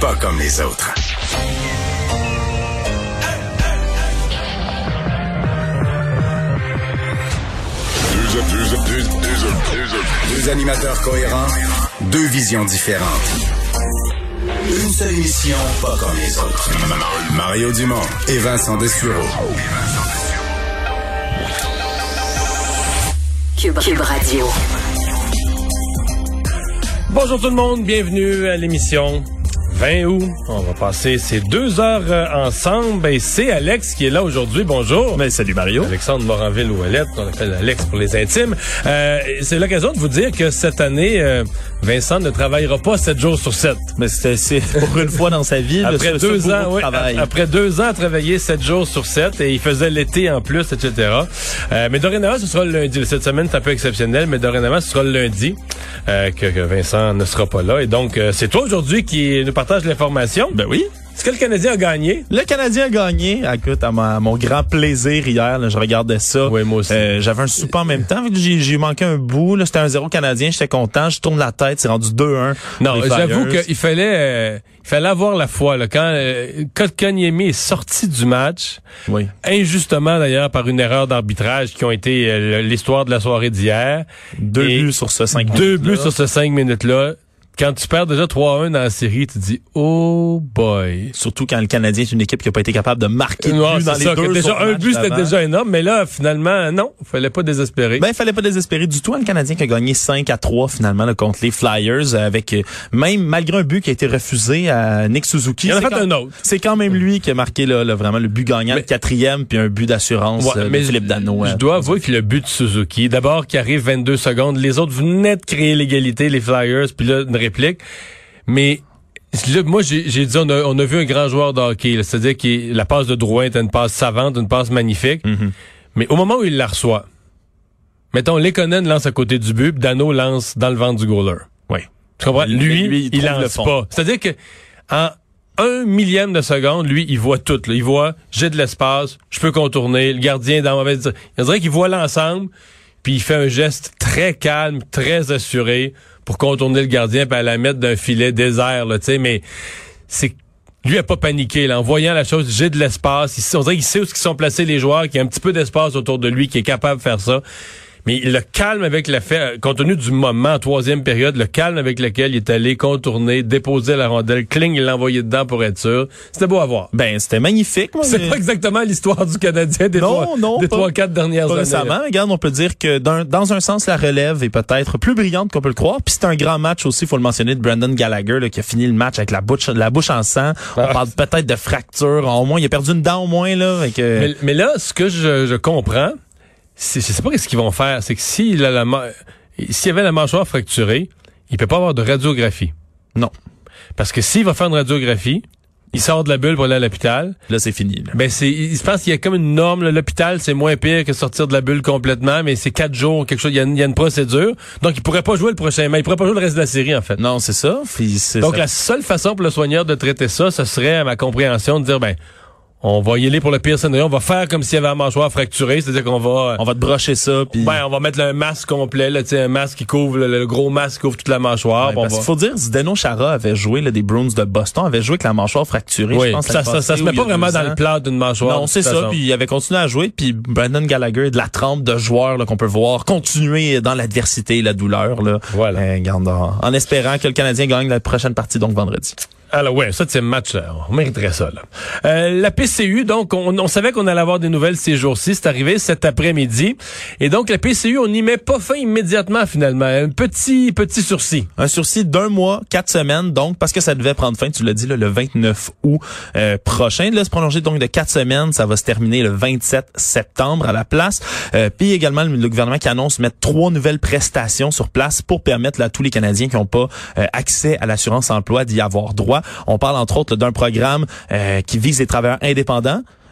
Pas comme les autres. Deux animateurs cohérents, deux visions différentes. Une seule émission, pas comme les autres. Mario Dumont et Vincent Dessureau. Cube Radio. Bonjour tout le monde, bienvenue à l'émission 20 août. On va passer ces 2 heures ensemble. Et c'est Alex qui est là aujourd'hui. Bonjour. Ben, salut Mario. Alexandre Moranville-Ouellette, qu'on appelle Alex pour les intimes. C'est l'occasion de vous dire que cette année, Vincent ne travaillera pas 7 jours sur 7. Mais c'est pour une fois dans sa vie. Après 2 ans, oui. Après 2 ans à travailler 7 jours sur 7 et il faisait l'été en plus, etc. Mais dorénavant, ce sera le lundi. Cette semaine, c'est un peu exceptionnel, mais dorénavant, ce sera le lundi que Vincent ne sera pas là. Et donc, c'est toi aujourd'hui qui nous partage l'information. Ben oui. Est-ce que le Canadien a gagné? Le Canadien a gagné. Écoute, à mon grand plaisir hier, là, je regardais ça. Oui, moi aussi. J'avais un souper en même temps. J'ai manqué un bout. Là, c'était 1-0 Canadien. J'étais content. Je tourne la tête. C'est rendu 2-1. Non, j'avoue qu'il fallait avoir la foi. Là, quand Kotkaniemi est sorti du match, oui, injustement d'ailleurs par une erreur d'arbitrage qui ont été l'histoire de la soirée d'hier. 2 buts sur ce 5 minutes. 2 buts sur ce 5 minutes-là. Quand tu perds déjà 3-1 dans la série, tu te dis « Oh boy ». Surtout quand le Canadien est une équipe qui n'a pas été capable de marquer de but dans les deux déjà un but, c'était déjà énorme. Mais là, finalement, non, fallait pas désespérer. Ben, fallait pas désespérer du tout. Le Canadien qui a gagné 5-3 finalement là, contre les Flyers avec même malgré un but qui a été refusé à Nick Suzuki. Il en a fait un autre. C'est quand même lui qui a marqué là, vraiment le but gagnant, le 4e, puis un but d'assurance de Philippe Danault. Je dois avouer que le but de Suzuki, d'abord qui arrive 22 secondes, les autres venaient de créer l'égalité, les Flyers, puis là, une réplique. Mais là, moi, j'ai dit, on a vu un grand joueur de hockey. Là, c'est-à-dire que la passe de Drouin était une passe savante, une passe magnifique. Mm-hmm. Mais au moment où il la reçoit, mettons, Lekonen lance à côté du but, puis Danault lance dans le ventre du goaler. Oui. Tu comprends? Lui, il lance pas. C'est-à-dire que en 1 millième de seconde, lui, il voit tout. Là. Il voit, j'ai de l'espace, je peux contourner, le gardien est dans la mauvaise... Il dirait qu'il voit l'ensemble, puis il fait un geste très calme, très assuré pour contourner le gardien puis à la mettre d'un filet désert, là, tu sais, mais c'est... Lui a pas paniqué, là, en voyant la chose, j'ai de l'espace, on dirait qu'il sait où sont placés les joueurs, qu'il y a un petit peu d'espace autour de lui, qui est capable de faire ça. Mais le calme avec le fait, compte tenu du moment, en 3e période, le calme avec lequel il est allé contourner, déposer la rondelle, Kling, il l'a envoyé dedans pour être sûr. C'était beau à voir. Ben, c'était magnifique. Moi, c'est pas exactement l'histoire du Canadien des 3-4 dernières années. Récemment, regarde, on peut dire que dans un sens, la relève est peut-être plus brillante qu'on peut le croire. Puis c'est un grand match aussi, il faut le mentionner, de Brendan Gallagher, là, qui a fini le match avec la bouche en sang. On parle peut-être de fracture. Au moins, il a perdu une dent au moins, là. Avec, mais là, ce que je comprends, je sais pas qu'est-ce qu'ils vont faire, c'est que s'il y avait la mâchoire fracturée, il peut pas avoir de radiographie. Non. Parce que s'il va faire une radiographie, il sort de la bulle pour aller à l'hôpital. Là, c'est fini. Là. Ben, je pense qu'il y a comme une norme, là, l'hôpital, c'est moins pire que sortir de la bulle complètement, mais c'est 4 jours, quelque chose, il y a une procédure. Donc, il pourrait pas jouer le prochain match. Il pourrait pas jouer le reste de la série, en fait. Non, c'est ça. Donc, la seule façon pour le soigneur de traiter ça, ce serait, à ma compréhension, de dire, ben, on va y aller pour le pire scénario. On va faire comme s'il y avait un mâchoire fracturé, c'est-à-dire qu'on va... On va te brocher ça, puis... Ben, on va mettre un masque complet, là, tu sais, un masque qui couvre, le gros masque qui couvre toute la mâchoire. Ouais, parce qu'il faut dire, Zdeno Chara avait joué, là, des Bruins de Boston, avait joué avec la mâchoire fracturée, oui, je pense. Ça se met pas vraiment dans le plat d'une mâchoire. Non, c'est ça, puis il avait continué à jouer, puis Brendan Gallagher est de la trempe de joueurs, là, qu'on peut voir continuer dans l'adversité et la douleur, là. Voilà. En espérant que le Canadien gagne la prochaine partie, donc vendredi. Alors ouais, ça c'est un match, là, on mériterait ça. Là. La PCU, donc on savait qu'on allait avoir des nouvelles ces jours-ci, c'est arrivé cet après-midi. Et donc la PCU, on n'y met pas fin immédiatement finalement, un petit sursis. Un sursis d'1 mois, 4 semaines, donc parce que ça devait prendre fin, tu l'as dit, là, le 29 août prochain. Là, se prolonger donc de 4 semaines, ça va se terminer le 27 septembre à la place. Puis également le gouvernement qui annonce mettre 3 nouvelles prestations sur place pour permettre là, à tous les Canadiens qui n'ont pas accès à l'assurance emploi d'y avoir droit. On parle entre autres là, d'un programme qui vise les travailleurs indépendants,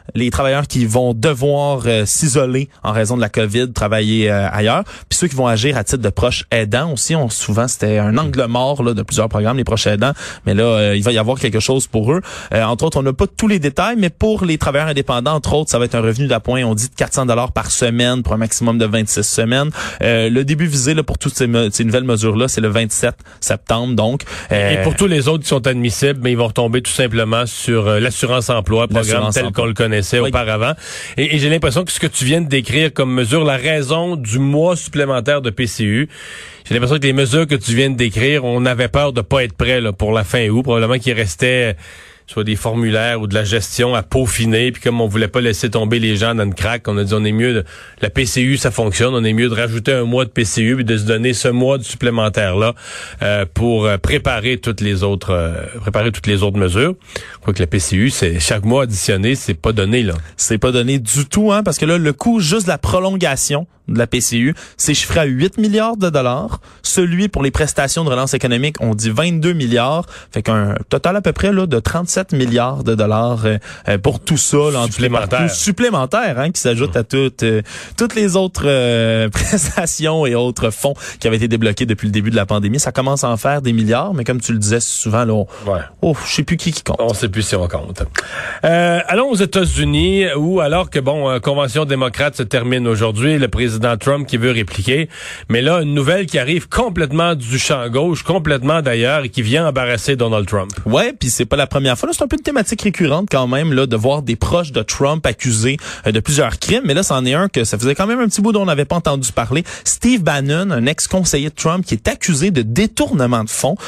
les travailleurs qui vont devoir s'isoler en raison de la COVID, travailler ailleurs, puis ceux qui vont agir à titre de proches aidants aussi. Souvent, c'était un angle mort là, de plusieurs programmes, les proches aidants, mais là, il va y avoir quelque chose pour eux. Entre autres, on n'a pas tous les détails, mais pour les travailleurs indépendants, entre autres, ça va être un revenu d'appoint, on dit de $400 par semaine pour un maximum de 26 semaines. Le début visé là, pour toutes ces nouvelles mesures-là, c'est le 27 septembre. Donc, et pour tous les autres qui sont admissibles, mais ils vont retomber tout simplement sur l'assurance-emploi, programme tel qu'on le connaissait auparavant. Et j'ai l'impression que ce que tu viens de décrire comme mesure, la raison du mois supplémentaire de PCU, j'ai l'impression que les mesures que tu viens de décrire, on avait peur de pas être prêt là, pour la fin août. Probablement qu'il restait soit des formulaires ou de la gestion à peaufiner, puis comme on voulait pas laisser tomber les gens dans une craque, on a dit on est mieux la PCU ça fonctionne, on est mieux de rajouter un mois de PCU puis de se donner ce mois de supplémentaire là pour préparer toutes les autres mesures. Quoique la PCU, c'est chaque mois additionné, c'est pas donné là. C'est pas donné du tout parce que là le coût juste de la prolongation de la PCU, c'est chiffré à 8 milliards de dollars. Celui pour les prestations de relance économique, on dit 22 milliards. Fait qu'un total à peu près là de 37 milliards de dollars pour tout ça. Là, supplémentaire qui s'ajoute à toutes les autres prestations et autres fonds qui avaient été débloqués depuis le début de la pandémie. Ça commence à en faire des milliards, mais comme tu le disais souvent, là, je sais plus qui compte. On sait plus si on compte. Allons aux États-Unis où, alors que convention démocrate se termine aujourd'hui, le président Trump qui veut répliquer, mais là, une nouvelle qui arrive complètement du champ gauche, complètement d'ailleurs, et qui vient embarrasser Donald Trump. Ouais, puis c'est pas la première fois. Là, c'est un peu une thématique récurrente quand même, là, de voir des proches de Trump accusés de plusieurs crimes, mais là, c'en est un que ça faisait quand même un petit bout dont on n'avait pas entendu parler. Steve Bannon, un ex-conseiller de Trump, qui est accusé de détournement de fonds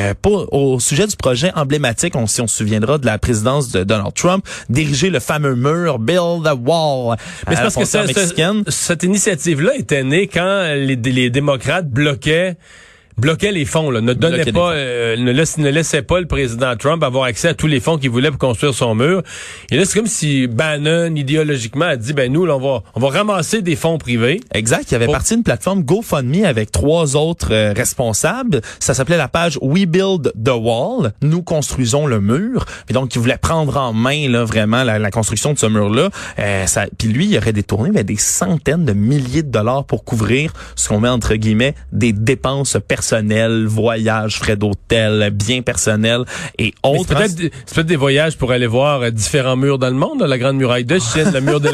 au sujet du projet emblématique, si on se souviendra, de la présidence de Donald Trump, diriger le fameux mur, Build the Wall, mais c'est parce que cette initiative là était née quand les démocrates bloquaient les fonds, là, ne laissait pas le président Trump avoir accès à tous les fonds qu'il voulait pour construire son mur. Et là, c'est comme si Bannon, idéologiquement, a dit, nous, là, on va ramasser des fonds privés. Exact. Il avait parti d'une plateforme GoFundMe avec 3 autres responsables. Ça s'appelait la page We Build the Wall. Nous construisons le mur. Puis donc, il voulait prendre en main, là, vraiment, la construction de ce mur-là. Puis lui, il aurait détourné des centaines de milliers de dollars pour couvrir ce qu'on met entre guillemets des dépenses personnelles, voyages, frais d'hôtel, biens personnels et autres. C'est peut-être des voyages pour aller voir différents murs dans le monde, la Grande Muraille de Chine, le mur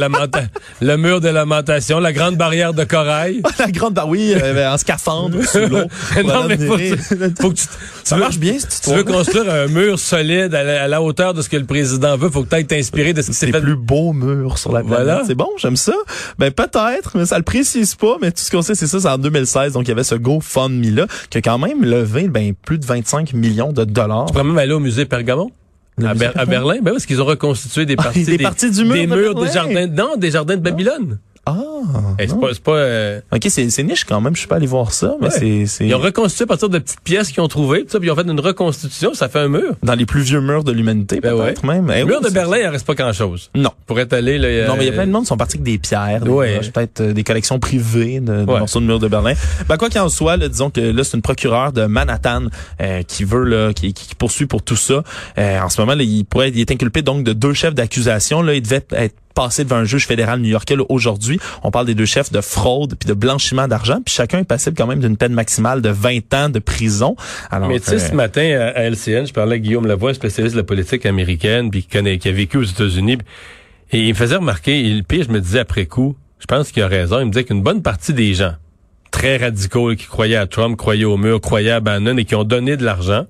de lamentation, la Grande Barrière de Corail. La Grande en scaphandre sous l'eau. Non, mais faut que ça marche bien si tu veux construire un mur solide à la hauteur de ce que le président veut, faut que tu ailles t'inspirer de ce qui s'est fait. C'est le plus beau mur sur la planète. Voilà. C'est bon, j'aime ça. Peut-être, mais ça le précise pas, mais tout ce qu'on sait, c'est ça, c'est en 2016, donc il y avait ce GoFundMe-là, qui a quand même levé plus de 25 millions de dollars. Tu pourrais même aller au musée Pergamon? À Berlin? Parce qu'ils ont reconstitué des parties, des parties du mur des murs des jardins de Babylone. C'est pas OK, c'est niche quand même, je suis pas allé voir ça, mais c'est Ils ont reconstitué à partir de petites pièces qu'ils ont trouvées, puis ils ont fait une reconstitution, ça fait un mur. Dans les plus vieux murs de l'humanité, peut-être même. Le mur de Berlin, il en reste pas grand-chose. Non. Pour être allé là, non, mais il y a plein de monde qui sont partis avec des pierres, peut-être des collections privées de morceaux de mur de Berlin. Quoi qu'il en soit, là, disons que là c'est une procureure de Manhattan qui veut là qui poursuit pour tout ça. En ce moment là, il est inculpé donc de 2 chefs d'accusation là, il devait être passé devant un juge fédéral new-yorkais aujourd'hui. On parle des 2 chefs de fraude puis de blanchiment d'argent, puis chacun est passible quand même d'une peine maximale de 20 ans de prison. Alors, mais tu sais, ce matin à LCN, je parlais à Guillaume Lavoie, spécialiste de la politique américaine, puis qui a vécu aux États-Unis, et il me faisait remarquer, et le pire, je me disais après coup, je pense qu'il a raison, il me disait qu'une bonne partie des gens très radicaux qui croyaient à Trump, croyaient au mur, croyaient à Bannon et qui ont donné de l'argent,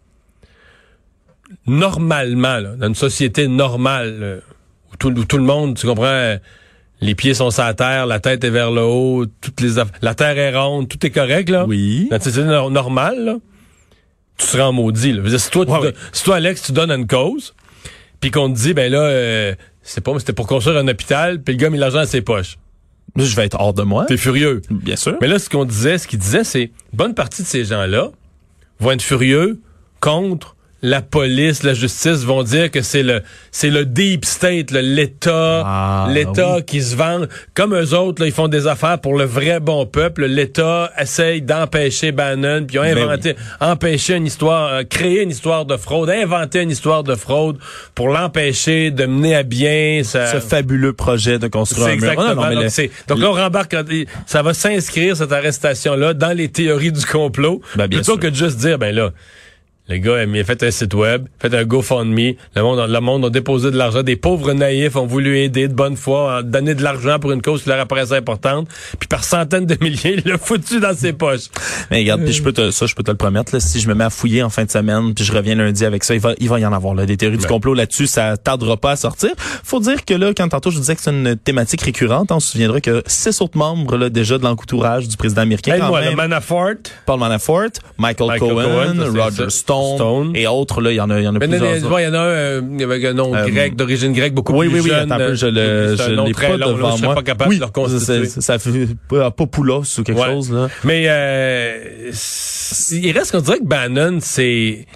normalement, là, dans une société normale, où tout le monde, tu comprends, les pieds sont sur la terre, la tête est vers le haut, la terre est ronde, tout est correct, là. Oui. Dans une société normale, là, tu serais en maudit, là. Je veux dire, si toi, Alex, tu donnes une cause, puis qu'on te dit, c'était pour construire un hôpital, puis le gars met l'argent dans ses poches. Je vais être hors de moi. T'es furieux. Bien sûr. Mais là, ce qu'il disait, c'est, bonne partie de ces gens-là vont être furieux contre la police, la justice vont dire que c'est le deep state, l'État qui se vend. Comme eux autres, là, ils font des affaires pour le vrai bon peuple. L'État essaye d'empêcher Bannon, puis ils ont créé une histoire de fraude, inventé une histoire de fraude pour l'empêcher de mener à bien ce fabuleux projet de construire un mur. Exactement. Donc là, on rembarque, ça va s'inscrire, cette arrestation-là, dans les théories du complot, plutôt que de juste dire, le gars a fait un site web, fait un GoFundMe, le monde a déposé de l'argent, des pauvres naïfs ont voulu aider de bonne foi, donner de l'argent pour une cause qui leur apparaissait importante, puis par centaines de milliers, il l'a foutu dans ses poches. Mais regarde, puis je peux te le promettre, là, si je me mets à fouiller en fin de semaine, puis je reviens lundi avec ça, il va y en avoir là, des théories du complot là-dessus, ça tardera pas à sortir. Faut dire que là, quand tantôt je disais que c'est une thématique récurrente, on se souviendra que 6 autres membres là, déjà de l'entourage du président américain. Le Manafort, Paul Manafort, Michael Cohen, Roger Stone et autres, là, il y en a plusieurs. Il y en a un avec un nom grec, d'origine grecque, beaucoup plus jeune. Oui, attends un peu, je l'ai pas devant moi. Je serais pas capable de le reconstituer. Ça fait Popoulos ou quelque chose, là. Mais il reste qu'on dirait que Bannon, c'est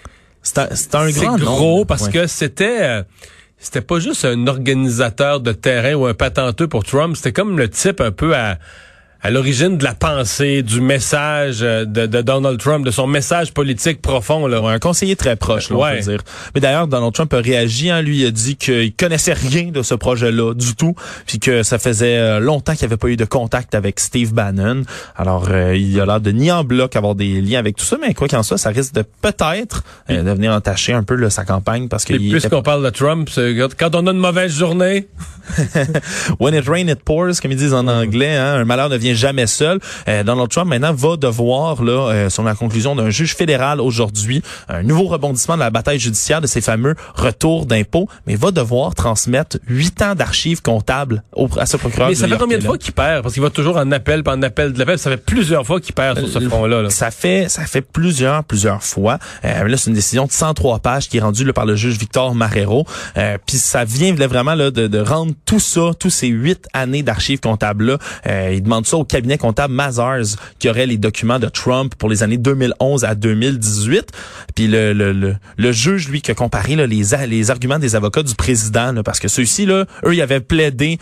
un grand gros parce que c'était pas juste un organisateur de terrain ou un patenteux pour Trump, c'était comme le type un peu à l'origine de la pensée, du message de Donald Trump, de son message politique profond, là. Un conseiller très proche, là, on peut dire. Mais d'ailleurs, Donald Trump a réagi, lui a dit qu'il connaissait rien de ce projet-là du tout, puis que ça faisait longtemps qu'il n'y avait pas eu de contact avec Steve Bannon. Alors, il a l'air de nier en bloc avoir des liens avec tout ça, mais quoi qu'en soit, ça risque de peut-être de venir entacher un peu là, sa campagne, parce que puisqu'on parle de Trump, quand on a une mauvaise journée, when it rains, it pours, comme ils disent en anglais, un malheur ne vient jamais seul. Donald Trump maintenant va devoir, là, sur la conclusion d'un juge fédéral aujourd'hui, un nouveau rebondissement de la bataille judiciaire de ces fameux retours d'impôts, mais va devoir transmettre 8 ans d'archives comptables à ce procureur. Mais ça fait combien de fois qu'il perd? Parce qu'il va toujours en appel, puis en appel de l'appel. Ça fait plusieurs fois qu'il perd sur ce front-là. Là. Ça fait plusieurs fois. Là, c'est une décision de 103 pages qui est rendue là, par le juge Victor Marrero. Puis ça vient vraiment là, de rendre tout ça, tous ces 8 années d'archives comptables-là. Il demande ça au cabinet comptable Mazars qui aurait les documents de Trump pour les années 2011 à 2018. Puis le juge, lui, qui a comparé là, les arguments des avocats du président, là, parce que ceux-ci, là, eux, ils avaient plaidé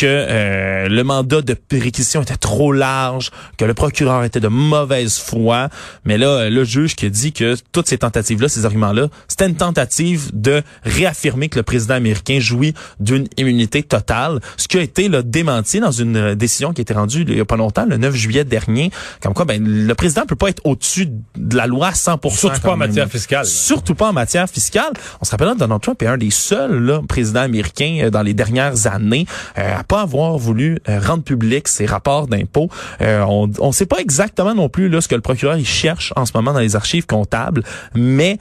que le mandat de réquisition était trop large, que le procureur était de mauvaise foi. Mais là, le juge qui a dit que toutes ces tentatives-là, ces arguments-là, c'était une tentative de réaffirmer que le président américain jouit d'une immunité totale, ce qui a été là, démenti dans une décision qui a été rendue il y a pas longtemps, le 9 juillet dernier, comme quoi le président peut pas être au-dessus de la loi à 100%. Surtout pas en matière fiscale. Surtout pas en matière fiscale. On se rappelle que Donald Trump est un des seuls là, présidents américains dans les dernières années à pas avoir voulu rendre public ses rapports d'impôts. On sait pas exactement non plus là ce que le procureur il cherche en ce moment dans les archives comptables, mais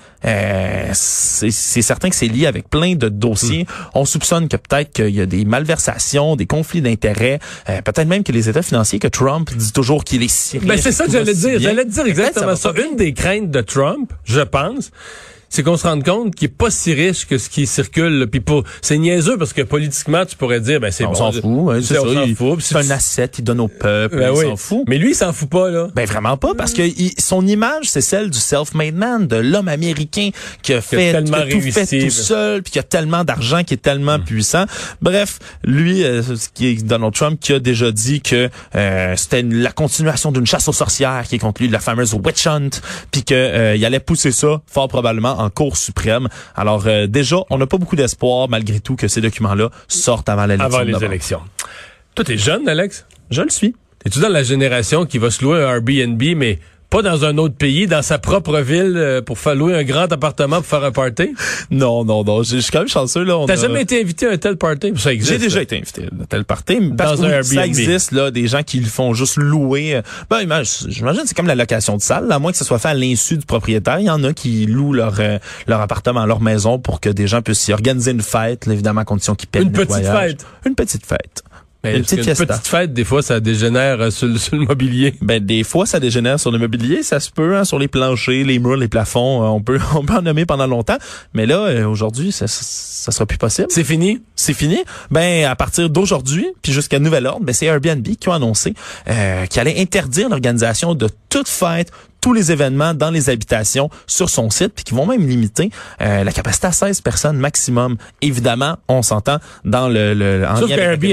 c'est certain que c'est lié avec plein de dossiers. On soupçonne que peut-être qu'il y a des malversations, des conflits d'intérêts, peut-être même que les états financiers que Trump dit toujours qu'il est si riche. C'est ça que j'allais dire. J'allais dire exactement ça. Une des craintes de Trump, je pense, c'est qu'on se rende compte qu'il est pas si riche que ce qui circule. Puis c'est niaiseux parce que politiquement, tu pourrais dire, on s'en fout. C'est ça. C'est un asset, il donne au peuple, il s'en fout. Mais lui, il s'en fout pas, là. Vraiment pas, parce que son image, c'est celle du self-made man, de l'homme américain qui a tout fait tout seul, puis qui a tellement d'argent, qui est tellement puissant. Bref, lui, qui est Donald Trump, qui a déjà dit que c'était la continuation d'une chasse aux sorcières qui est contre lui, de la fameuse witch hunt, puis que il allait pousser ça, fort probablement, en Cour suprême. Alors déjà, on n'a pas beaucoup d'espoir malgré tout que ces documents-là sortent avant l'élection. Avant les élections. Toi, t'es jeune, Alex? Je le suis. Es-tu dans la génération qui va se louer un Airbnb, mais pas dans un autre pays, dans sa propre ville, pour faire louer un grand appartement pour faire un party? Non. Je suis quand même chanceux, là. T'as jamais été invité à un tel party? Ça existe. J'ai déjà été invité à un tel party. Parce dans un Airbnb. Ça existe, là, des gens qui le font juste louer. J'imagine c'est comme la location de salle, à moins que ce soit fait à l'insu du propriétaire. Il y en a qui louent leur appartement, leur maison pour que des gens puissent y organiser une fête, là, évidemment, à condition qu'ils paient le nettoyage. Une petite fête. Une petite fête, des fois, ça dégénère sur le mobilier. Des fois, ça dégénère sur le mobilier. Ça se peut, sur les planchers, les murs, les plafonds. On peut en nommer pendant longtemps. Mais là, aujourd'hui, ça sera plus possible. C'est fini? C'est fini. À partir d'aujourd'hui, puis jusqu'à nouvel ordre, c'est Airbnb qui a annoncé qu'il allait interdire l'organisation de toute fête, tous les événements dans les habitations sur son site, puis qui vont même limiter la capacité à 16 personnes maximum. Évidemment, on s'entend dans le sauf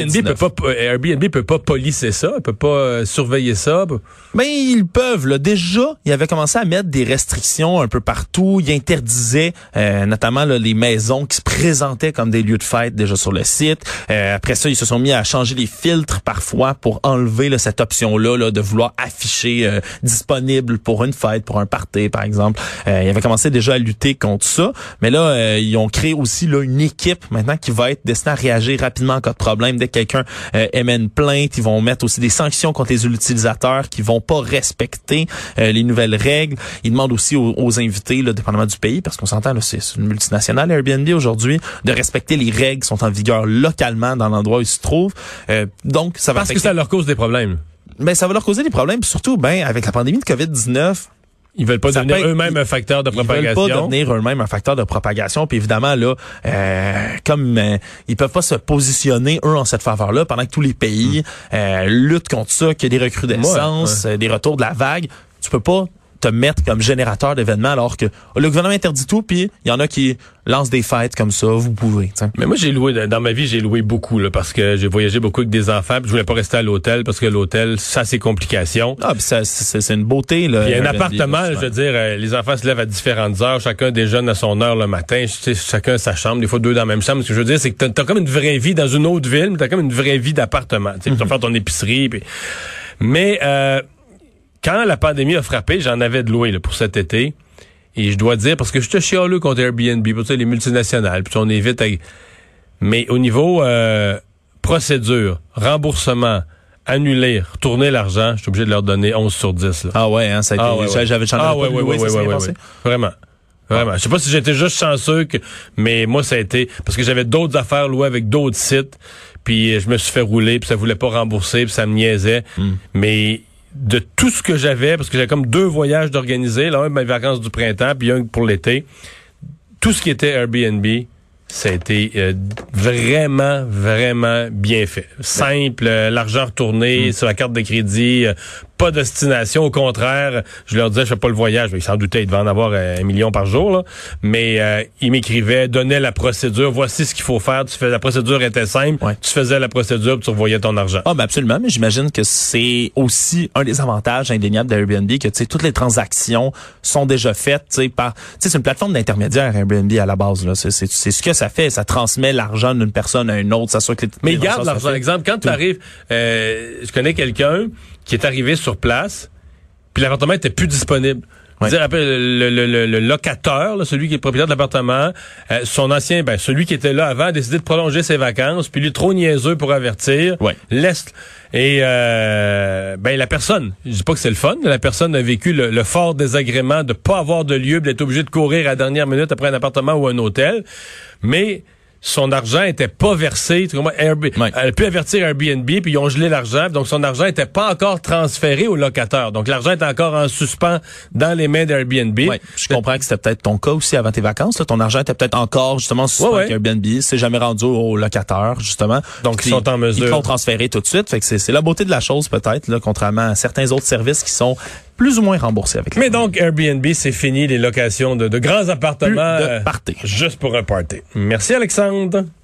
Airbnb peut pas policer ça, peut pas surveiller ça. Ben ils peuvent là. Déjà, ils avaient commencé à mettre des restrictions un peu partout. Ils interdisaient notamment là, les maisons qui se présentaient comme des lieux de fête déjà sur le site. Après ça, ils se sont mis à changer les filtres parfois pour enlever là, cette option-là là, de vouloir afficher disponible pour une fête, pour un party par exemple. Ils avaient commencé déjà à lutter contre ça, mais là ils ont créé aussi là une équipe maintenant qui va être destinée à réagir rapidement en cas de problème. Dès que quelqu'un émet une plainte, ils vont mettre aussi des sanctions contre les utilisateurs qui vont pas respecter les nouvelles règles. Ils demandent aussi aux invités, là, dépendamment du pays, parce qu'on s'entend, là, c'est une multinationale Airbnb aujourd'hui, de respecter les règles qui sont en vigueur localement dans l'endroit où ils se trouvent. Donc, ça va parce que ça leur cause des problèmes. Ben, ça va leur causer des problèmes, puis surtout, ben, avec la pandémie de COVID-19, ils veulent pas devenir eux-mêmes un facteur de propagation. Ils veulent pas devenir eux-mêmes un facteur de propagation. Puis évidemment, là, comme ils peuvent pas se positionner, eux, en cette faveur-là, pendant que tous les pays luttent contre ça, qu'il y a des recrudescences, des retours de la vague, tu peux pas te mettre comme générateur d'événements alors que le gouvernement interdit tout, puis il y en a qui lancent des fêtes comme ça, vous pouvez. T'sais. Mais moi, dans ma vie, j'ai loué beaucoup là, parce que j'ai voyagé beaucoup avec des enfants, puis je voulais pas rester à l'hôtel parce que l'hôtel, ça a ses complications. Ah, puis c'est une beauté. Là, puis un appartement, je veux dire, les enfants se lèvent à différentes heures, chacun déjeune à son heure le matin, chacun a sa chambre, des fois deux dans la même chambre. Ce que je veux dire, c'est que t'as comme une vraie vie dans une autre ville, mais t'as comme une vraie vie d'appartement. Tu vas faire ton épicerie, puis... Mais... quand la pandémie a frappé, j'en avais de loué là, pour cet été. Et je dois dire, parce que je te chialeux contre Airbnb, pour les multinationales, puis on évite... Mais au niveau procédure, remboursement, annuler, retourner l'argent, je suis obligé de leur donner 11 sur 10. Là. Ah ouais, hein, ça a été... J'avais Vraiment. Vraiment. Je sais pas si j'étais juste chanceux, mais moi, ça a été... Parce que j'avais d'autres affaires louées avec d'autres sites, puis je me suis fait rouler, puis ça voulait pas rembourser, puis ça me niaisait. Mais... de tout ce que j'avais, parce que j'avais comme 2 voyages d'organiser, là, un de mes vacances du printemps, puis un pour l'été. Tout ce qui était Airbnb, ça a été vraiment, vraiment bien fait. Simple, l'argent retourné sur la carte de crédit, pas d'ostination. Au contraire, je leur disais, je fais pas le voyage. Ils s'en doutaient, ils devaient en avoir 1 million par jour, là. Mais ils m'écrivaient, donnaient la procédure. Voici ce qu'il faut faire. La procédure était simple. Ouais. Tu faisais la procédure, puis tu revoyais ton argent. Ah, ben absolument. Mais j'imagine que c'est aussi un des avantages indéniables d'Airbnb, que tu sais, toutes les transactions sont déjà faites, tu sais, par, tu sais, c'est une plateforme d'intermédiaire Airbnb à la base, là. C'est ce que ça fait. Ça transmet l'argent d'une personne à une autre. Ça sûr que mais garde l'argent. Par exemple, quand tu arrives, je connais quelqu'un qui est arrivé sur place, puis l'appartement était plus disponible. Ouais. Dire, le locateur, là, celui qui est propriétaire de l'appartement, son ancien, celui qui était là avant, a décidé de prolonger ses vacances, puis lui trop niaiseux pour avertir, laisse. Et la personne, je dis pas que c'est le fun, mais la personne a vécu le fort désagrément de pas avoir de lieu, d'être obligé de courir à la dernière minute après un appartement ou un hôtel, mais son argent était pas versé. Elle a pu avertir Airbnb, puis ils ont gelé l'argent. Donc, son argent était pas encore transféré au locataire. Donc, l'argent est encore en suspens dans les mains d'Airbnb. Ouais, je comprends que c'était peut-être ton cas aussi avant tes vacances. Là. Ton argent était peut-être encore, justement, suspens avec Airbnb. C'est jamais rendu au locataire, justement. Donc, ils sont en mesure. Ils l'ont transféré tout de suite. Fait que c'est la beauté de la chose, peut-être, là, contrairement à certains autres services qui sont plus ou moins remboursés avec. Mais donc, Airbnb, c'est fini les locations de grands appartements. De party. Juste pour un party. Merci, Alexandre.